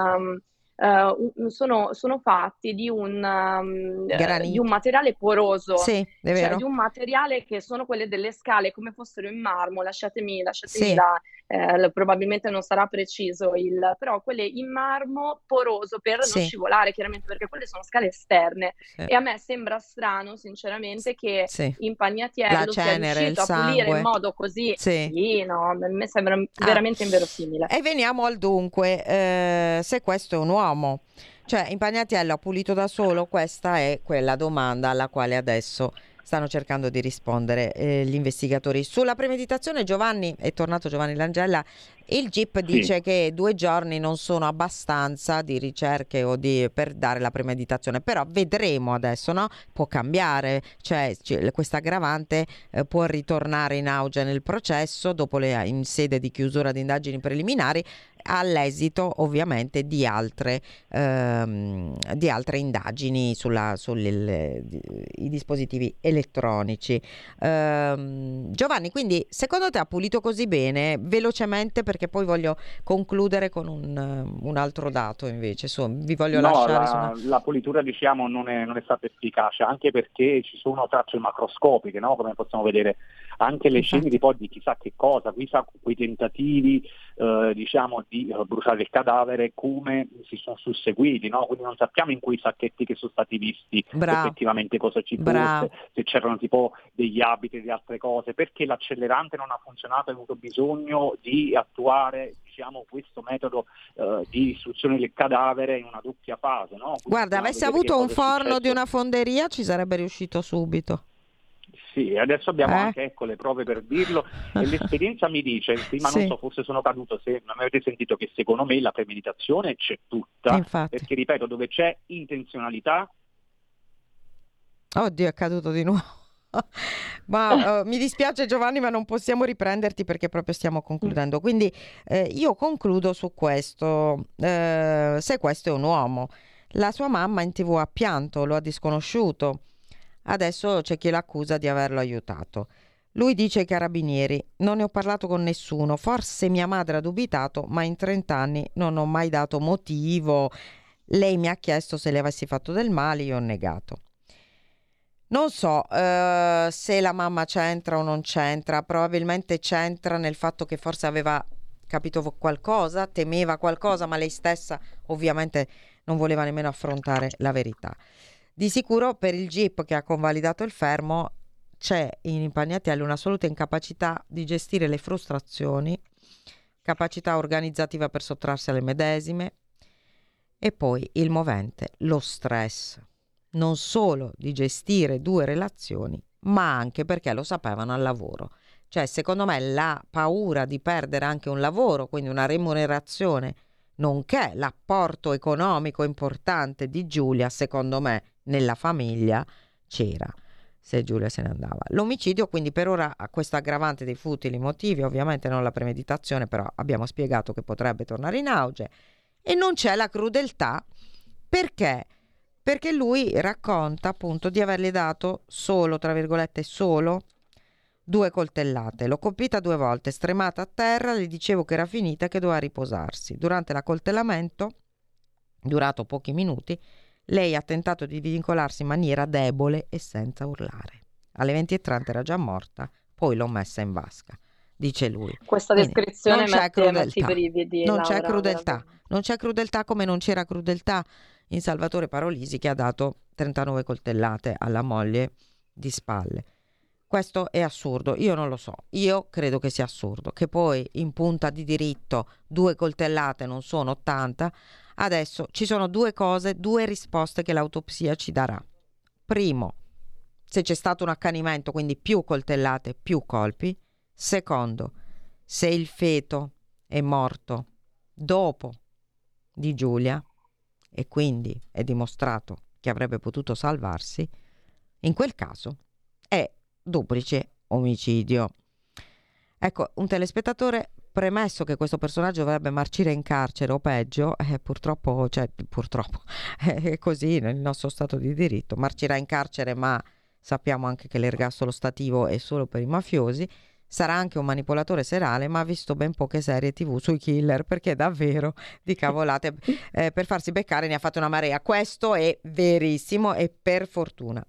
[SPEAKER 4] sono fatti di un materiale poroso,
[SPEAKER 3] sì, è vero.
[SPEAKER 4] cioè di un materiale che sono quelle delle scale come fossero in marmo, lasciatemi probabilmente non sarà preciso però quelle in marmo poroso per non scivolare, chiaramente, perché quelle sono scale esterne, e a me sembra strano sinceramente che Impagnatiello sia riuscito a pulire in modo così, no, a me sembra veramente inverosimile.
[SPEAKER 3] E veniamo al dunque, se questo è un uomo, cioè Impagnatiello ha pulito da solo, questa è quella domanda alla quale adesso stanno cercando di rispondere gli investigatori. Sulla premeditazione, Giovanni, è tornato Giovanni Langella, il GIP dice che 2 giorni non sono abbastanza di ricerche per dare la premeditazione, però vedremo adesso, no? Può cambiare, cioè questa aggravante può ritornare in auge nel processo dopo in sede di chiusura di indagini preliminari. all'esito ovviamente di altre indagini sui dispositivi elettronici. Giovanni, quindi secondo te ha pulito così bene? Velocemente, perché poi voglio concludere con un altro dato invece. Vi voglio lasciare
[SPEAKER 11] la pulitura, diciamo, non è stata efficace, anche perché ci sono tracce macroscopiche, no? Come possiamo vedere anche le ceneri poi di chissà che cosa, chissà quei tentativi diciamo di bruciare il cadavere come si sono susseguiti, no? Quindi non sappiamo in quei sacchetti che sono stati visti effettivamente cosa ci fosse, se c'erano tipo degli abiti, di altre cose, perché l'accelerante non ha funzionato, ha avuto bisogno di attuare, diciamo, questo metodo di distruzione del cadavere in una doppia fase, no?
[SPEAKER 3] Guarda, avesse avuto un forno di una fonderia ci sarebbe riuscito subito.
[SPEAKER 11] Sì, adesso abbiamo anche le prove per dirlo, e l'esperienza mi dice, prima non so, forse sono caduto, se non avete sentito, che secondo me la premeditazione c'è tutta, perché ripeto, dove c'è intenzionalità...
[SPEAKER 3] Oddio, è caduto di nuovo. Ma mi dispiace Giovanni, ma non possiamo riprenderti perché proprio stiamo concludendo, quindi io concludo su questo. Se questo è un uomo, la sua mamma in TV ha pianto, lo ha disconosciuto, adesso c'è chi l'accusa di averlo aiutato. Lui dice ai carabinieri: non ne ho parlato con nessuno, forse mia madre ha dubitato, ma in 30 anni non ho mai dato motivo, lei mi ha chiesto se le avessi fatto del male, io ho negato. Non so se la mamma c'entra o non c'entra, probabilmente c'entra nel fatto che forse aveva capito qualcosa, temeva qualcosa, ma lei stessa ovviamente non voleva nemmeno affrontare la verità. Di sicuro per il GIP che ha convalidato il fermo c'è in Impagnatiello un'assoluta incapacità di gestire le frustrazioni, capacità organizzativa per sottrarsi alle medesime, e poi il movente, lo stress, non solo di gestire due relazioni, ma anche perché lo sapevano al lavoro. Cioè, secondo me, la paura di perdere anche un lavoro, quindi una remunerazione, nonché l'apporto economico importante di Giulia, secondo me, nella famiglia c'era, se Giulia se ne andava. L'omicidio, quindi, per ora ha questo aggravante dei futili motivi, ovviamente non la premeditazione, però abbiamo spiegato che potrebbe tornare in auge, e non c'è la crudeltà, perché lui racconta appunto di averle dato solo, tra virgolette, solo 2 coltellate. L'ho colpita 2 volte, stremata a terra, le dicevo che era finita e che doveva riposarsi. Durante l'accoltellamento, durato pochi minuti, lei ha tentato di vincolarsi in maniera debole e senza urlare. Alle 20:30 era già morta, poi l'ho messa in vasca, dice lui.
[SPEAKER 4] Questa
[SPEAKER 3] Quindi
[SPEAKER 4] descrizione
[SPEAKER 3] non c'è crudeltà.
[SPEAKER 4] brividi,
[SPEAKER 3] Non
[SPEAKER 4] Laura,
[SPEAKER 3] c'è crudeltà.
[SPEAKER 4] veramente.
[SPEAKER 3] Non c'è crudeltà, come non c'era crudeltà in Salvatore Parolisi, che ha dato 39 coltellate alla moglie di spalle. Questo è assurdo, io non lo so, io credo che sia assurdo, che poi in punta di diritto 2 coltellate non sono 80. Adesso ci sono 2 cose, 2 risposte che l'autopsia ci darà. Primo, se c'è stato un accanimento, quindi più coltellate, più colpi. Secondo, se il feto è morto dopo di Giulia e quindi è dimostrato che avrebbe potuto salvarsi, in quel caso è duplice omicidio. Ecco, un telespettatore, premesso che questo personaggio dovrebbe marcire in carcere o peggio, purtroppo è così nel nostro stato di diritto, marcirà in carcere, ma sappiamo anche che l'ergastolo stativo è solo per i mafiosi. Sarà anche un manipolatore serale, ma ha visto ben poche serie TV sui killer, perché davvero di cavolate per farsi beccare ne ha fatto una marea. Questo è verissimo, e per fortuna.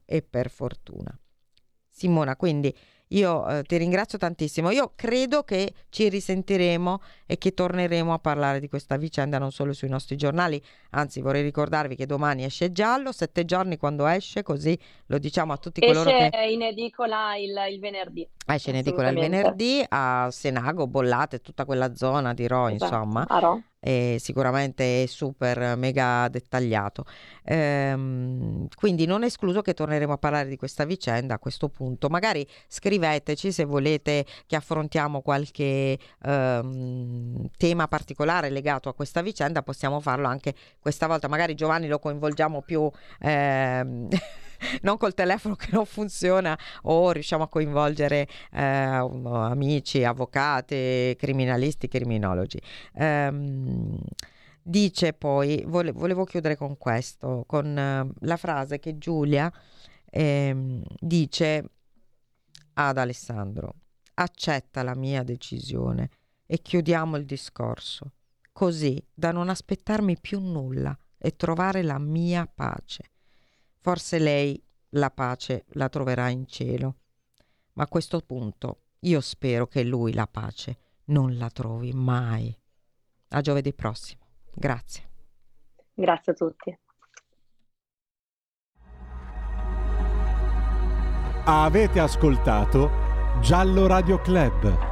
[SPEAKER 3] Simona, quindi io ti ringrazio tantissimo. Io credo che ci risentiremo e che torneremo a parlare di questa vicenda non solo sui nostri giornali, anzi vorrei ricordarvi che domani esce Giallo, 7 giorni quando esce, così lo diciamo a tutti coloro che...
[SPEAKER 4] Esce in edicola il venerdì.
[SPEAKER 3] Esce in edicola il venerdì a Senago, Bollate, tutta quella zona di Rho,
[SPEAKER 4] Esatto,
[SPEAKER 3] insomma.
[SPEAKER 4] a Rho.
[SPEAKER 3] E sicuramente è super mega dettagliato, quindi non è escluso che torneremo a parlare di questa vicenda a questo punto. Magari scriveteci se volete che affrontiamo qualche tema particolare legato a questa vicenda, possiamo farlo anche questa volta. Magari Giovanni lo coinvolgiamo più non col telefono che non funziona, o riusciamo a coinvolgere amici, avvocati, criminalisti, criminologi. Dice poi, volevo chiudere con questo, con la frase che Giulia dice ad Alessandro: accetta la mia decisione e chiudiamo il discorso, così da non aspettarmi più nulla e trovare la mia pace. Forse lei la pace la troverà in cielo, ma a questo punto io spero che lui la pace non la trovi mai. A giovedì prossimo. Grazie.
[SPEAKER 4] Grazie a tutti.
[SPEAKER 1] Avete ascoltato Giallo Radio Club.